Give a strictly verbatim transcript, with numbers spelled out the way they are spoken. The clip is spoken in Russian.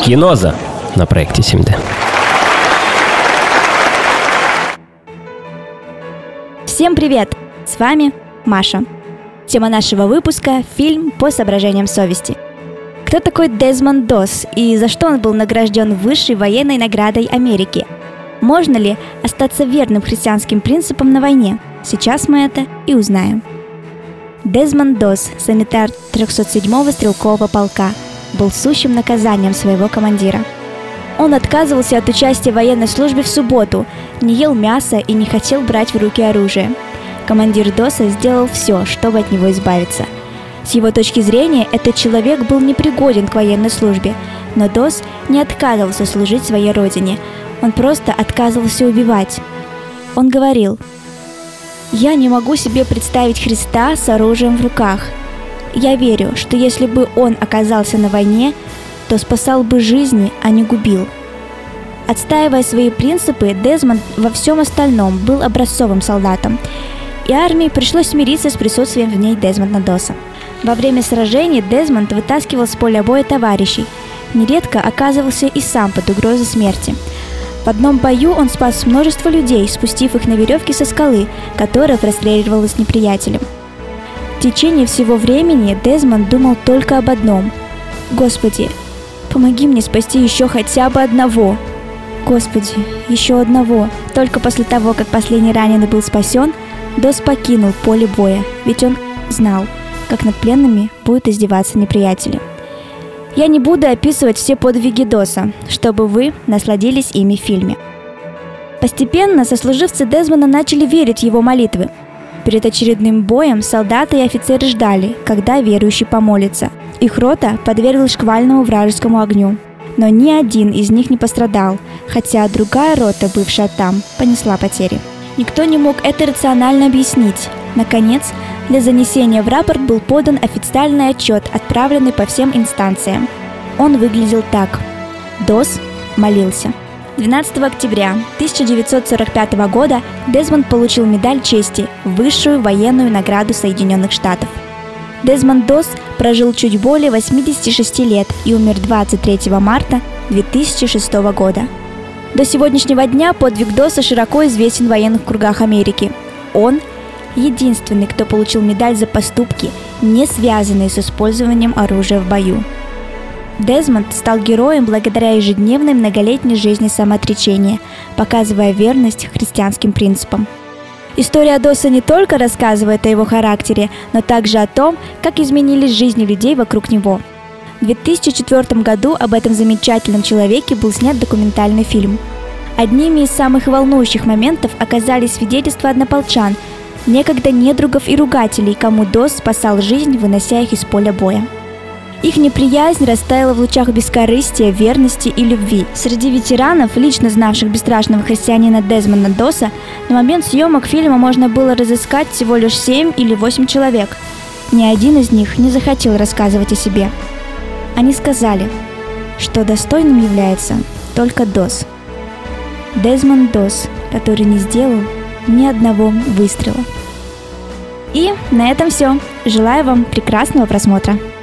Киноза на проекте семь дэ. Всем привет! С вами Маша. Тема нашего выпуска – фильм «По соображениям совести». Кто такой Дезмонд Доз и за что он был награжден высшей военной наградой Америки? Можно ли остаться верным христианским принципам на войне? Сейчас мы это и узнаем. Дезмонд Доз, санитар трехсот седьмого стрелкового полка, был сущим наказанием своего командира. Он отказывался от участия в военной службе в субботу, не ел мяса и не хотел брать в руки оружие. Командир Доза сделал все, чтобы от него избавиться. С его точки зрения, этот человек был непригоден к военной службе, но Доз не отказывался служить своей родине, он просто отказывался убивать. Он говорил: «Я не могу себе представить Христа с оружием в руках. Я верю, что если бы он оказался на войне, то спасал бы жизни, а не губил». Отстаивая свои принципы, Дезмонд во всем остальном был образцовым солдатом, и армии пришлось смириться с присутствием в ней Дезмонда Доза. Во время сражений Дезмонд вытаскивал с поля боя товарищей, нередко оказывался и сам под угрозой смерти. В одном бою он спас множество людей, спустив их на веревке со скалы, которая простреливалась неприятелем. В течение всего времени Дезмонд думал только об одном: «Господи, помоги мне спасти еще хотя бы одного! Господи, еще одного!» Только после того, как последний раненый был спасен, Доз покинул поле боя, ведь он знал, как над пленными будут издеваться неприятели. Я не буду описывать все подвиги Доза, чтобы вы насладились ими в фильме. Постепенно сослуживцы Дезмонда начали верить в его молитвы. Перед очередным боем солдаты и офицеры ждали, когда верующий помолится. Их рота подверглась шквальному вражескому огню. Но ни один из них не пострадал, хотя другая рота, бывшая там, понесла потери. Никто не мог это рационально объяснить. Наконец, для занесения в рапорт был подан официальный отчет, отправленный по всем инстанциям. Он выглядел так: Доз молился. двенадцатого октября тысяча девятьсот сорок пятого года Дезмонд получил медаль чести, высшую военную награду Соединенных Штатов. Дезмонд Доз прожил чуть более восемьдесят шесть лет и умер двадцать третьего марта две тысячи шестого года. До сегодняшнего дня подвиг Доза широко известен в военных кругах Америки. Он единственный, кто получил медаль за поступки, не связанные с использованием оружия в бою. Дезмонд стал героем благодаря ежедневной многолетней жизни самоотречения, показывая верность христианским принципам. История Доза не только рассказывает о его характере, но также о том, как изменились жизни людей вокруг него. В две тысячи четвёртом году об этом замечательном человеке был снят документальный фильм. Одними из самых волнующих моментов оказались свидетельства однополчан, некогда недругов и ругателей, кому Доз спасал жизнь, вынося их из поля боя. Их неприязнь растаяла в лучах бескорыстия, верности и любви. Среди ветеранов, лично знавших бесстрашного христианина Дезмонда Доза, на момент съемок фильма можно было разыскать всего лишь семь или восемь человек. Ни один из них не захотел рассказывать о себе. Они сказали, что достойным является только Доз. Дезмонд Доз, который не сделал ни одного выстрела. И на этом все. Желаю вам прекрасного просмотра.